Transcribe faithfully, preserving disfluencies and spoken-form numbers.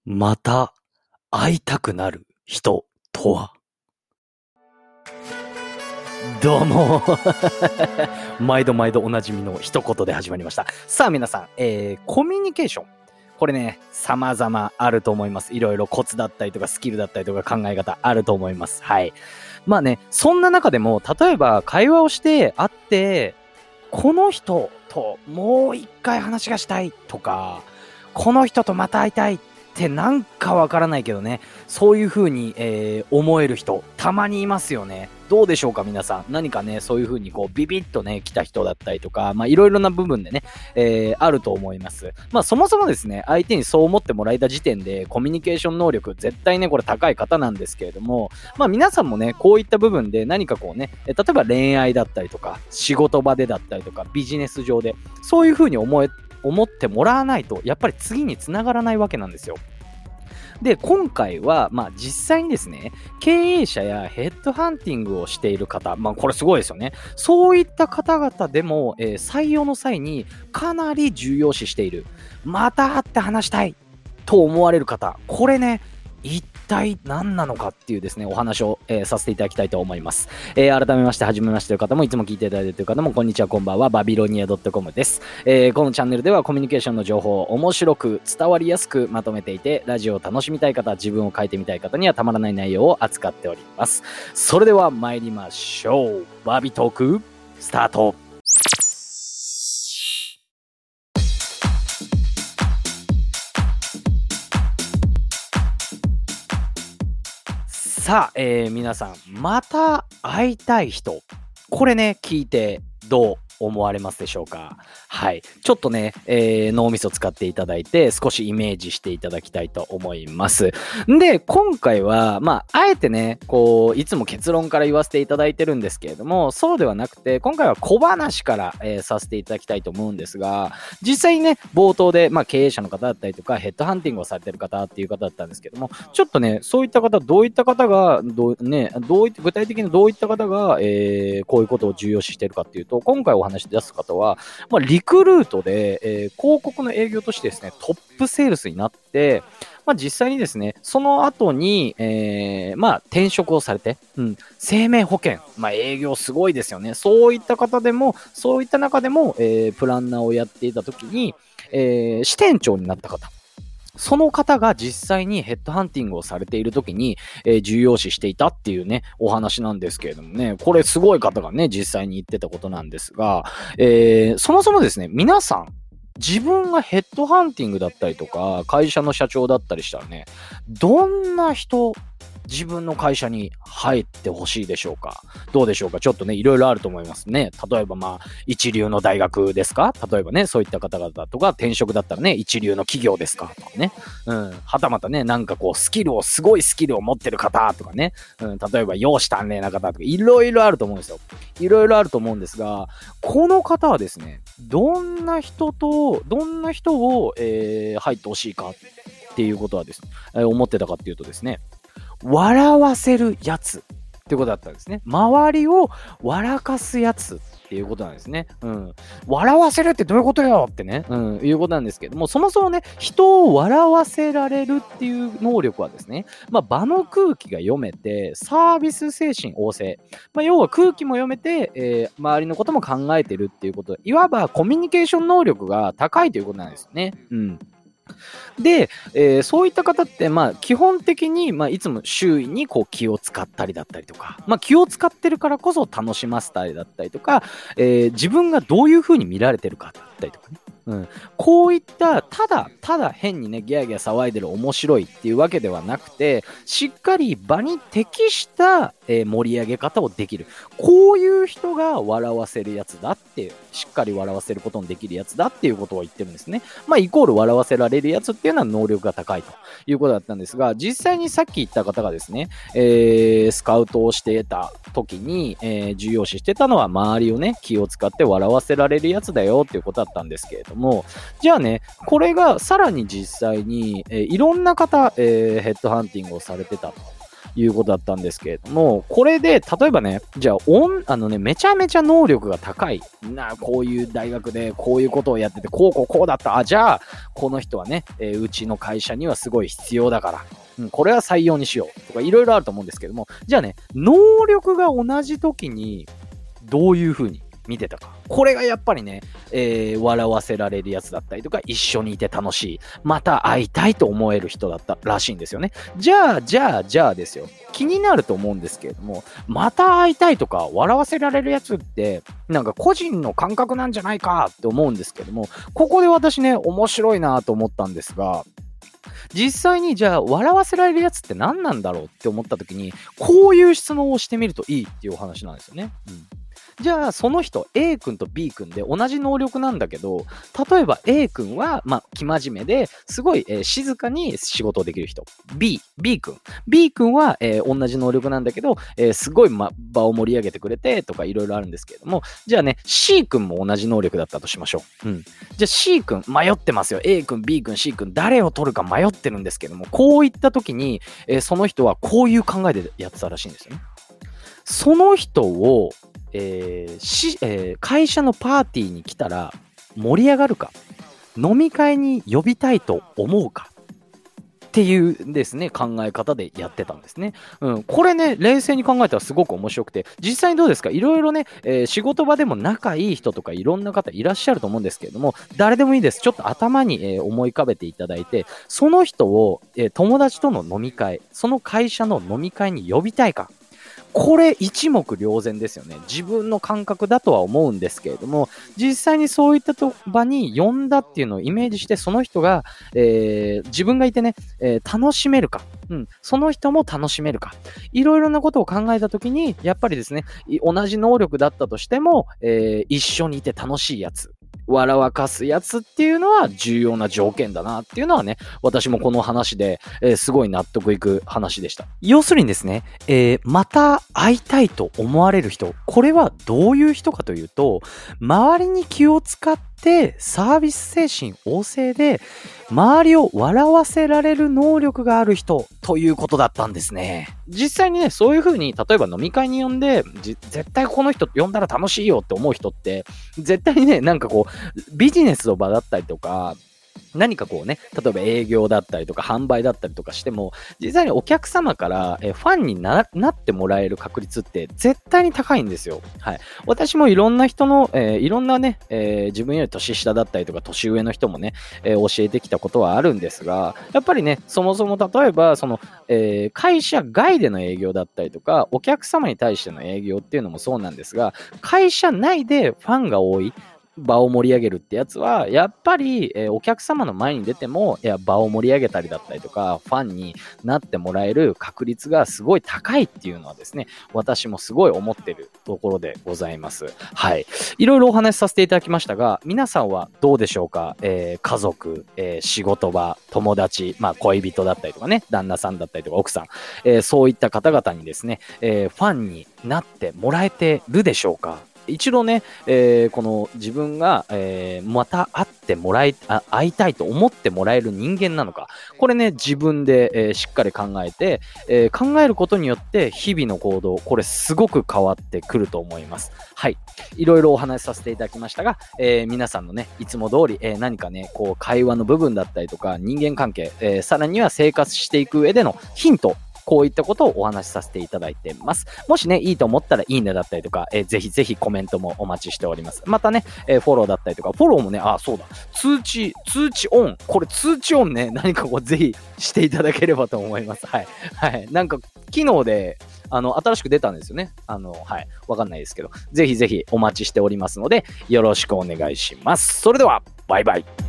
また会いたくなる人とは。どうも毎度毎度おなじみの一言で始まりました。さあ皆さん、えー、コミュニケーション、これね様々あると思います。いろいろコツだったりとかスキルだったりとか考え方あると思います。はい。まあね、そんな中でも例えば会話をして会ってこの人ともう一回話がしたいとか、この人とまた会いたいってなんかわからないけどね、そういう風に、えー、思える人たまにいますよね。どうでしょうか皆さん。何かね、そういう風にこうビビッとね来た人だったりとか、まあいろいろな部分でね、えー、あると思います。まあそもそもですね、相手にそう思ってもらえた時点でコミュニケーション能力絶対ねこれ高い方なんですけれども、まあ皆さんもねこういった部分で何かこうね、例えば恋愛だったりとか仕事場でだったりとかビジネス上でそういう風に思え思ってもらわないとやっぱり次につながらないわけなんですよ。で今回はまあ実際にですね、経営者やヘッドハンティングをしている方、まあこれすごいですよね。そういった方々でも、えー採用の際にかなり重要視している、また会って話したいと思われる方、これね一体何なのかっていうですねお話を、えーさせていただきたいと思います。えー改めまして初めましてという方もいつも聞いていただいているという方もこんにちは、こんばんは。バビロニア .com です。えーこのチャンネルではコミュニケーションの情報を面白く伝わりやすくまとめていて、ラジオを楽しみたい方、自分を変えてみたい方にはたまらない内容を扱っております。それでは参りましょう。バビトークスタート。さあ、えー皆さん、また会いたい人、これね聞いてどう思われますでしょうか。はい、ちょっとね、えー脳みそ使っていただいて少しイメージしていただきたいと思います。で今回はまああえてねこういつも結論から言わせていただいてるんですけれども、そうではなくて今回は小話から、えーさせていただきたいと思うんですが、実際にね冒頭で、まあ、経営者の方だったりとかヘッドハンティングをされてる方っていう方だったんですけども、ちょっとねそういった方、どういった方がどう、ね、どういった具体的にどういった方が、えーこういうことを重要視しているかっていうと、今回お話し出す方は、まあ、リクルートで、えー広告の営業としてですねトップセールスになって、まあ、実際にですねその後に、えーまあ、転職をされて、うん、生命保険、まあ、営業すごいですよね。そういった方でもそういった中でも、えープランナーをやっていた時に、えー支店長になった方、その方が実際にヘッドハンティングをされている時に、えー重要視していたっていうねお話なんですけれどもね、これすごい方がね実際に言ってたことなんですが、えーそもそもですね、皆さん自分がヘッドハンティングだったりとか会社の社長だったりしたらね、どんな人自分の会社に入ってほしいでしょうか。どうでしょうか。ちょっとねいろいろあると思いますね。例えばまあ一流の大学ですか、例えばねそういった方々とか、転職だったらね一流の企業ですかとかね、うん、はたまたねなんかこうスキルをすごいスキルを持ってる方とかね、うん、例えば容姿端麗な方とかいろいろあると思うんですよ。いろいろあると思うんですが、この方はですねどんな人とどんな人を、えー入ってほしいかっていうことはですね、えー思ってたかっていうとですね、笑わせるやつってことだったんですね。周りを笑かすやつっていうことなんですね。うん。笑わせるってどういうことよってね、うん、いうことなんですけども、そもそもね、人を笑わせられるっていう能力はですね、まあ、場の空気が読めて、サービス精神旺盛。まあ、要は空気も読めて、えー周りのことも考えてるっていうことで、いわばコミュニケーション能力が高いということなんですよね。うん。で、えーそういった方って、まあ、基本的に、まあ、いつも周囲にこう気を使ったりだったりとか、まあ、気を使ってるからこそ楽しませたりだったりとか、えー自分がどういう風に見られてるかだったりとかね。うん、こういったただただ変にねギャーギャー騒いでる面白いっていうわけではなくて、しっかり場に適した、えー盛り上げ方をできる、こういう人が笑わせるやつだっていう、しっかり笑わせることのできるやつだっていうことを言ってるんですね。まあイコール笑わせられるやつっていうのは能力が高いということだったんですが、実際にさっき言った方がですね、えースカウトをしていた時に、えー重要視してたのは周りをね気を使って笑わせられるやつだよっていうことだったんですけれども、じゃあねこれがさらに実際に、えーいろんな方、えーヘッドハンティングをされてたということだったんですけれども、これで、例えばね、じゃあ、おん、あのね、めちゃめちゃ能力が高い。な、こういう大学でこういうことをやってて、こうこうこうだった。あ、じゃあ、この人はね、えーうちの会社にはすごい必要だから。うん、これは採用にしようとかいろいろあると思うんですけども、じゃあね、能力が同じ時にどういう風に見てたか。これがやっぱりね、えー、笑わせられるやつだったりとか、一緒にいて楽しい。また会いたいと思える人だったらしいんですよね。じゃあ、じゃあ、じゃあですよ。気になると思うんですけれども、また会いたいとか、笑わせられるやつって、なんか個人の感覚なんじゃないかって思うんですけども、ここで私ね、面白いなと思ったんですが、実際にじゃあ笑わせられるやつって何なんだろうって思った時に、こういう質問をしてみるといいっていうお話なんですよね。うん、じゃあその人 A 君と B 君で同じ能力なんだけど、例えば A 君はまあ生真面目ですごい、えー静かに仕事をできる人。B、B 君。B 君は、えー同じ能力なんだけど、えーすごい、ま、場を盛り上げてくれてとかいろいろあるんですけれども、じゃあね C 君も同じ能力だったとしましょう。うん。じゃあ C 君迷ってますよ。A 君、B 君、C 君誰を取るか迷ってるんですけども、こういった時に、えーその人はこういう考えでやってたらしいんですよね。その人をえーしえー会社のパーティーに来たら盛り上がるか、飲み会に呼びたいと思うかっていうですね、考え方でやってたんですね。うん、これね、冷静に考えたらすごく面白くて、実際にどうですか？いろいろね、えー仕事場でも仲いい人とかいろんな方いらっしゃると思うんですけれども、誰でもいいです。ちょっと頭に、えー思い浮かべていただいて、その人を、えー友達との飲み会、その会社の飲み会に呼びたいか。これ一目瞭然ですよね。自分の感覚だとは思うんですけれども、実際にそういったと場に呼んだっていうのをイメージして、その人が、えー自分がいてね、えー楽しめるか、うん、その人も楽しめるか、いろいろなことを考えたときに、やっぱりですね、い同じ能力だったとしても、えー一緒にいて楽しいやつ、笑わかすやつっていうのは重要な条件だなっていうのはね、私もこの話で、えーすごい納得いく話でした。要するにですね、えーまた会いたいと思われる人、これはどういう人かというと、周りに気を使ってサービス精神旺盛で、周りを笑わせられる能力がある人ということだったんですね。実際にね、そういう風に、例えば飲み会に呼んで、じ絶対この人呼んだら楽しいよって思う人って、絶対にね、なんかこう、ビジネスの場だったりとか、何かこうね、例えば営業だったりとか販売だったりとかしても、実際にお客様からえファンに な, なってもらえる確率って絶対に高いんですよ。はい。私もいろんな人の、えーいろんなね、えー自分より年下だったりとか年上の人もね、えー教えてきたことはあるんですが、やっぱりね、そもそも例えば、その、えー会社外での営業だったりとか、お客様に対しての営業っていうのもそうなんですが、会社内でファンが多い、場を盛り上げるってやつは、やっぱり、えーお客様の前に出ても、いや、場を盛り上げたりだったりとか、ファンになってもらえる確率がすごい高いっていうのはですね、私もすごい思ってるところでございます。はい。いろいろお話しさせていただきましたが、皆さんはどうでしょうか？えー家族、えー仕事場、友達、まあ恋人だったりとかね、旦那さんだったりとか奥さん、えーそういった方々にですね、えーファンになってもらえてるでしょうか？一度ね、えーこの自分が、えーまた会ってもらいあ、会いたいと思ってもらえる人間なのか、これね、自分で、えーしっかり考えて、えー考えることによって日々の行動、これすごく変わってくると思います。はい。いろいろお話しさせていただきましたが、えー皆さんのね、いつも通り、えー何かね、こう、会話の部分だったりとか、人間関係、えーさらには生活していく上でのヒント、こういったことをお話しさせていただいてます。もしね、いいと思ったらいいねだったりとか、えーぜひぜひコメントもお待ちしております。またね、えーフォローだったりとか、フォローもね、あ、そうだ、通知、通知オン。これ通知オンね、何かこうぜひしていただければと思います。はい。はい。なんか、機能で、あの、新しく出たんですよね。あの、はい。わかんないですけど、ぜひぜひお待ちしておりますので、よろしくお願いします。それでは、バイバイ。